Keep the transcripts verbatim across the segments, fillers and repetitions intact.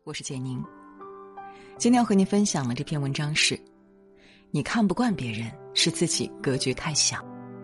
我是简宁。今天要和您分享的这篇文章是：你看不惯别人，是自己格局太小。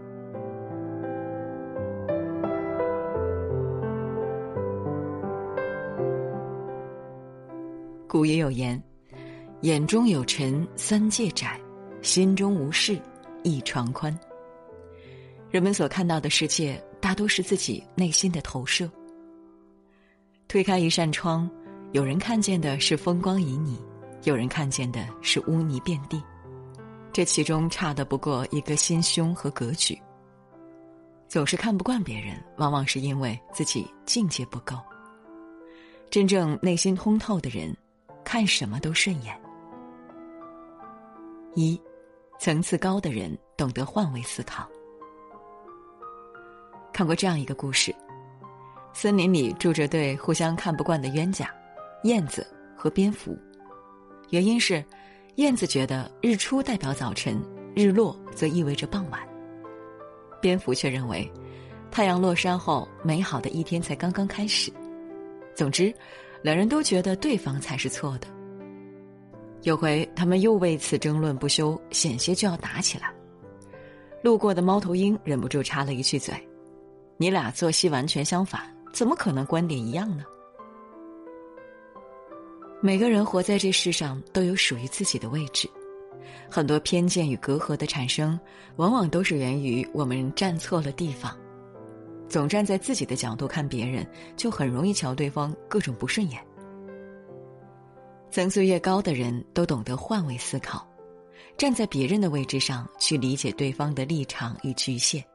古也有言，眼中有尘三界窄，心中无事一床宽。人们所看到的世界大多是自己内心的投射。推开一扇窗，有人看见的是风光旖旎，有人看见的是污泥遍地，这其中差的不过一个心胸和格局。总是看不惯别人，往往是因为自己境界不够。真正内心通透的人，看什么都顺眼。一，层次高的人懂得换位思考。看过这样一个故事，森林里住着对互相看不惯的冤家，燕子和蝙蝠。原因是燕子觉得日出代表早晨，日落则意味着傍晚。蝙蝠却认为太阳落山后，美好的一天才刚刚开始。总之，两人都觉得对方才是错的。有回他们又为此争论不休，险些就要打起来。路过的猫头鹰忍不住插了一句嘴：你俩作息完全相反，怎么可能观点一样呢？每个人活在这世上都有属于自己的位置，很多偏见与隔阂的产生，往往都是源于我们站错了地方。总站在自己的角度看别人，就很容易瞧对方各种不顺眼。层次越高的人都懂得换位思考，站在别人的位置上去理解对方的立场与局限。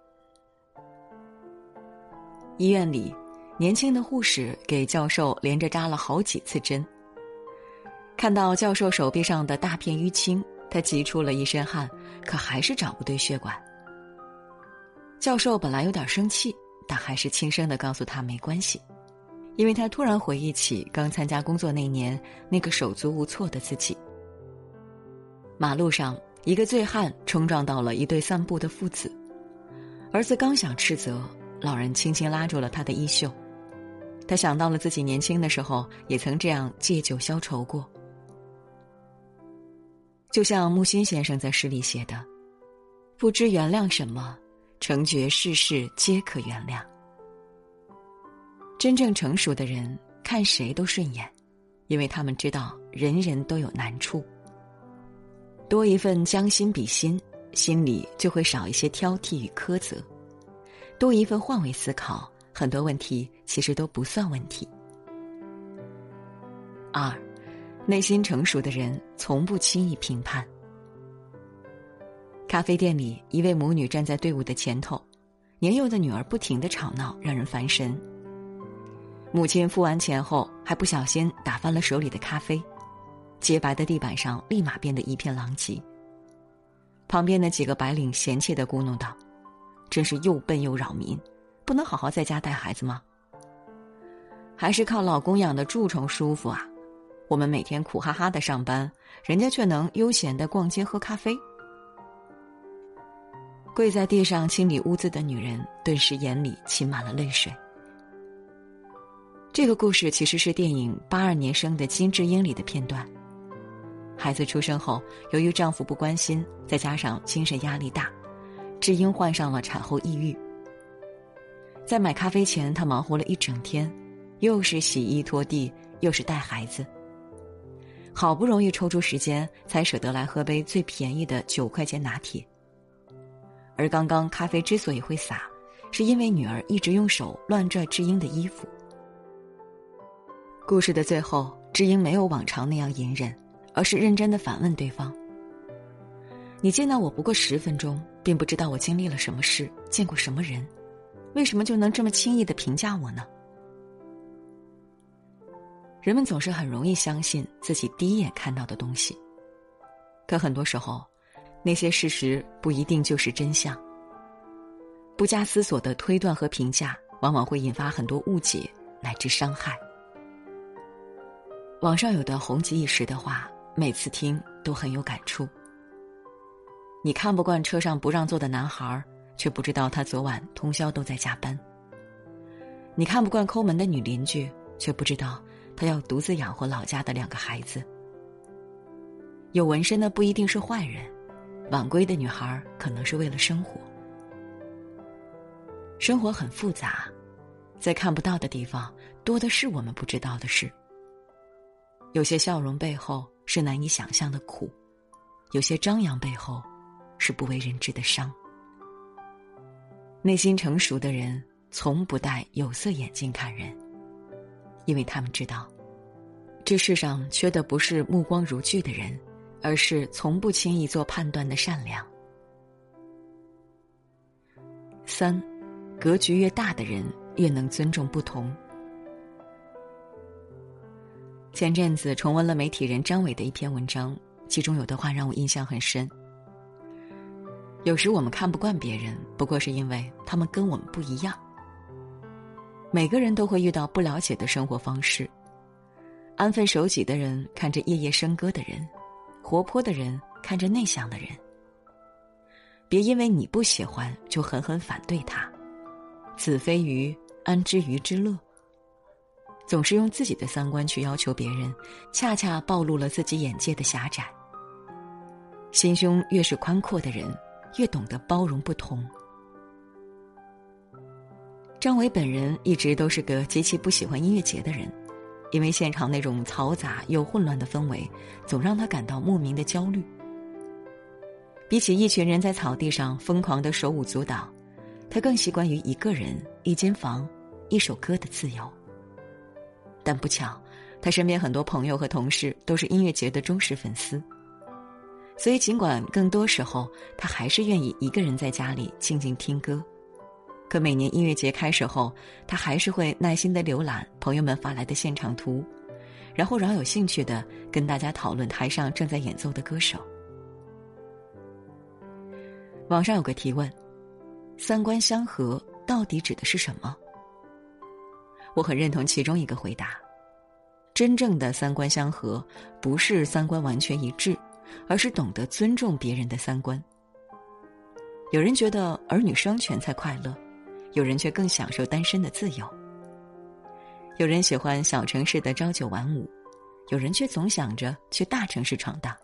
医院里，年轻的护士给教授连着扎了好几次针。看到教授手臂上的大片淤青，他急出了一身汗，可还是找不对血管。教授本来有点生气，但还是轻声地告诉他没关系，因为他突然回忆起刚参加工作那年那个手足无措的自己。马路上，一个醉汉冲撞到了一对散步的父子，儿子刚想斥责，老人轻轻拉住了他的衣袖。他想到了自己年轻的时候也曾这样借酒消愁过。就像木心先生在诗里写的，不知原谅什么，成觉世事皆可原谅。真正成熟的人看谁都顺眼，因为他们知道人人都有难处。多一份将心比心，心里就会少一些挑剔与苛责。多一份换位思考，很多问题其实都不算问题。二，内心成熟的人从不轻易评判。咖啡店里，一位母女站在队伍的前头，年幼的女儿不停地吵闹，让人烦神。母亲付完钱后，还不小心打翻了手里的咖啡，洁白的地板上立马变得一片狼藉。旁边的几个白领嫌弃地咕哝道：真是又笨又扰民，不能好好在家带孩子吗？还是靠老公养的蛀虫舒服啊，我们每天苦哈哈的上班，人家却能悠闲的逛街喝咖啡。跪在地上清理屋子的女人顿时眼里噙满了泪水。这个故事其实是电影八二年生的金智英里的片段。孩子出生后，由于丈夫不关心，再加上精神压力大，智英患上了产后抑郁。在买咖啡前，她忙活了一整天，又是洗衣拖地，又是带孩子，好不容易抽出时间，才舍得来喝杯最便宜的九块钱拿铁。而刚刚咖啡之所以会洒，是因为女儿一直用手乱拽智英的衣服。故事的最后，智英没有往常那样隐忍，而是认真地反问对方：你见到我不过十分钟，并不知道我经历了什么事，见过什么人，为什么就能这么轻易地评价我呢？人们总是很容易相信自己第一眼看到的东西，可很多时候，那些事实不一定就是真相。不加思索的推断和评价，往往会引发很多误解乃至伤害。网上有的红极一时的话，每次听都很有感触。你看不惯车上不让座的男孩，却不知道他昨晚通宵都在加班。你看不惯抠门的女邻居，却不知道他要独自养活老家的两个孩子。有纹身的不一定是坏人，晚归的女孩可能是为了生活。生活很复杂，在看不到的地方，多的是我们不知道的事。有些笑容背后是难以想象的苦，有些张扬背后是不为人知的伤。内心成熟的人从不戴有色眼镜看人，因为他们知道，这世上缺的不是目光如炬的人，而是从不轻易做判断的善良。三，格局越大的人越能尊重不同。前阵子重温了媒体人张伟的一篇文章，其中有的话让我印象很深。有时我们看不惯别人，不过是因为他们跟我们不一样。每个人都会遇到不了解的生活方式，安分守己的人看着夜夜笙歌的人，活泼的人看着内向的人。别因为你不喜欢就狠狠反对他，子非鱼，安知鱼之乐？总是用自己的三观去要求别人，恰恰暴露了自己眼界的狭窄。心胸越是宽阔的人，越懂得包容不同。张伟本人一直都是个极其不喜欢音乐节的人，因为现场那种嘈杂又混乱的氛围，总让他感到莫名的焦虑。比起一群人在草地上疯狂的手舞足蹈，他更习惯于一个人、一间房、一首歌的自由。但不巧，他身边很多朋友和同事都是音乐节的忠实粉丝，所以尽管更多时候他还是愿意一个人在家里静静听歌，可每年音乐节开始后，他还是会耐心地浏览朋友们发来的现场图，然后饶有兴趣地跟大家讨论台上正在演奏的歌手。网上有个提问，三观相合到底指的是什么？我很认同其中一个回答，真正的三观相合不是三观完全一致，而是懂得尊重别人的三观。有人觉得儿女双全才快乐，有人却更享受单身的自由。有人喜欢小城市的朝九晚五，有人却总想着去大城市闯荡。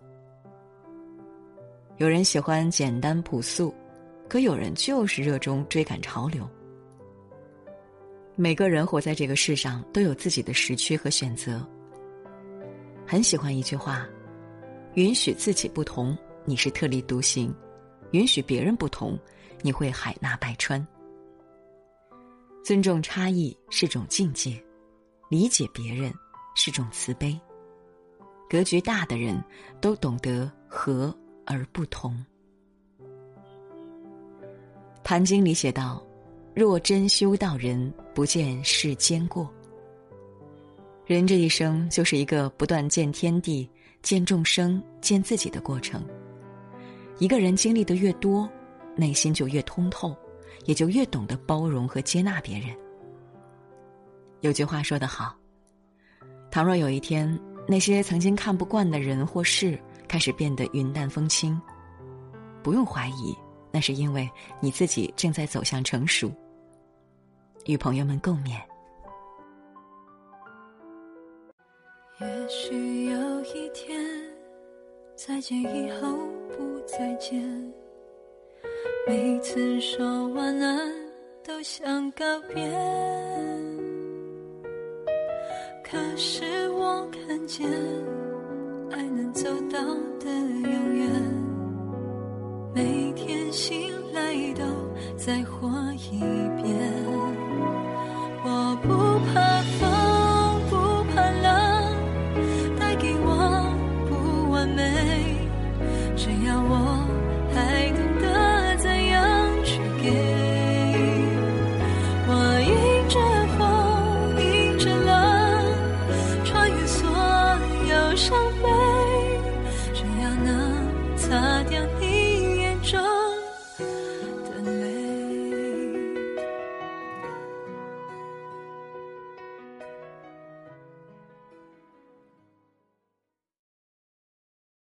有人喜欢简单朴素，可有人就是热衷追赶潮流。每个人活在这个世上都有自己的时区和选择。很喜欢一句话，允许自己不同，你是特立独行；允许别人不同，你会海纳百川。尊重差异是种境界，理解别人是种慈悲。格局大的人都懂得和而不同。坛经里写道，若真修道人，不见世间过。人这一生就是一个不断见天地、见众生、见自己的过程。一个人经历的越多，内心就越通透，也就越懂得包容和接纳别人。有句话说得好，倘若有一天，那些曾经看不惯的人或事开始变得云淡风轻，不用怀疑，那是因为你自己正在走向成熟。与朋友们共勉。 也许有一天，再见以后不再见，每次说晚安都想告别，可是我看见爱能走到的永远，每天醒来都再活一遍。我不怕